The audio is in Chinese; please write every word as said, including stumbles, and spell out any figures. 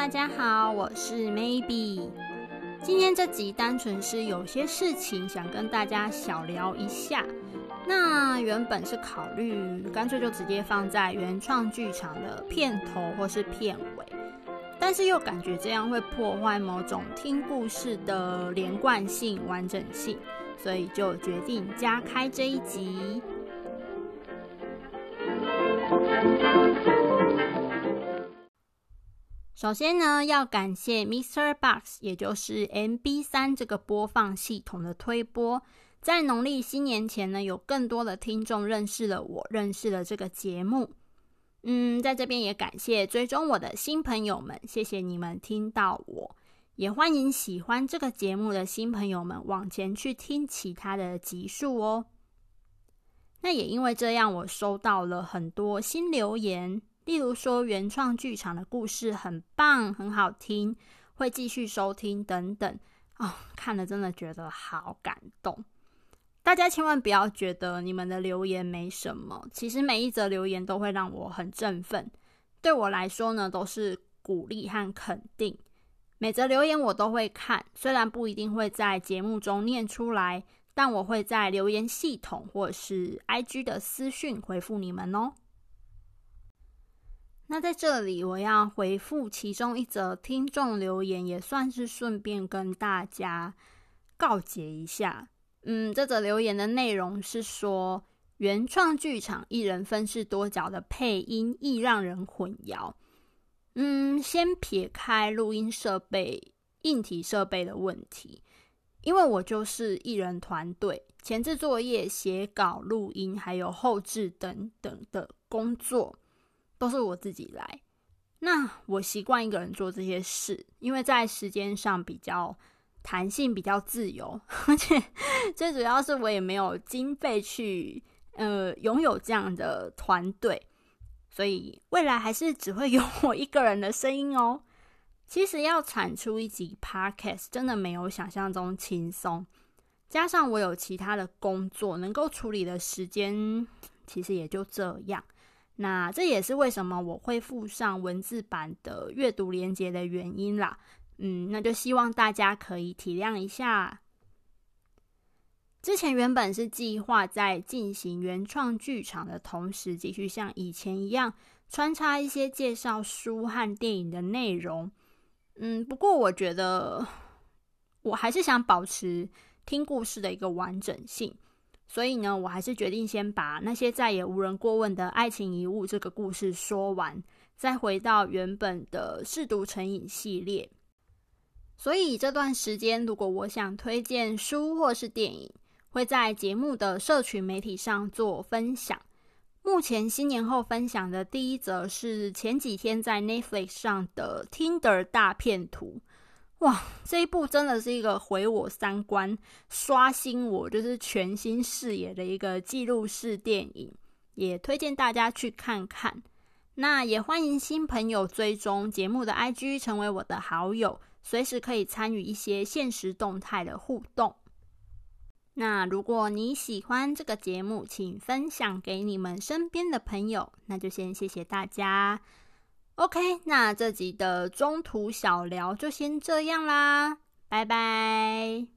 大家好，我是 Maybe。 今天这集单纯是有些事情想跟大家小聊一下，那原本是考虑干脆就直接放在原创剧场的片头或是片尾，但是又感觉这样会破坏某种听故事的连贯性、完整性，所以就决定加开这一集。首先呢，要感谢 Mister Box， 也就是 M B 三 这个播放系统的推播，在农历新年前呢，有更多的听众认识了我，认识了这个节目。嗯，在这边也感谢追踪我的新朋友们，谢谢你们听到我，也欢迎喜欢这个节目的新朋友们往前去听其他的集数哦。那也因为这样，我收到了很多新留言，例如说原创剧场的故事很棒，很好听，会继续收听等等哦，看了真的觉得好感动。大家千万不要觉得你们的留言没什么，其实每一则留言都会让我很振奋，对我来说呢，都是鼓励和肯定。每则留言我都会看，虽然不一定会在节目中念出来，但我会在留言系统或是 I G 的私讯回复你们哦。那在这里我要回复其中一则听众留言，也算是顺便跟大家告解一下。嗯，这则留言的内容是说，原创剧场一人分饰多角的配音易让人混淆。嗯，先撇开录音设备、硬体设备的问题，因为我就是艺人团队，前置作业、写稿、录音还有后制等等的工作都是我自己来。那我习惯一个人做这些事，因为在时间上比较弹性，比较自由，而且最主要是我也没有经费去呃拥有这样的团队，所以未来还是只会有我一个人的声音哦。其实要产出一集 podcast 真的没有想象中轻松，加上我有其他的工作，能够处理的时间其实也就这样。那这也是为什么我会附上文字版的阅读连结的原因啦。嗯，那就希望大家可以体谅一下。之前原本是计划在进行原创剧场的同时，继续像以前一样穿插一些介绍书和电影的内容。嗯，不过我觉得我还是想保持听故事的一个完整性，所以呢，我还是决定先把那些再也无人过问的爱情遗物这个故事说完，再回到原本的试读成瘾系列。所以这段时间，如果我想推荐书或是电影，会在节目的社群媒体上做分享。目前新年后分享的第一则是前几天在 Netflix 上的 Tinder 大骗图。哇，这一部真的是一个毁我三观、刷新我就是全新视野的一个纪录式电影，也推荐大家去看看。那也欢迎新朋友追踪节目的 I G 成为我的好友，随时可以参与一些现实动态的互动。那如果你喜欢这个节目，请分享给你们身边的朋友，那就先谢谢大家。OK， 那这集的中途小聊就先这样啦，拜拜。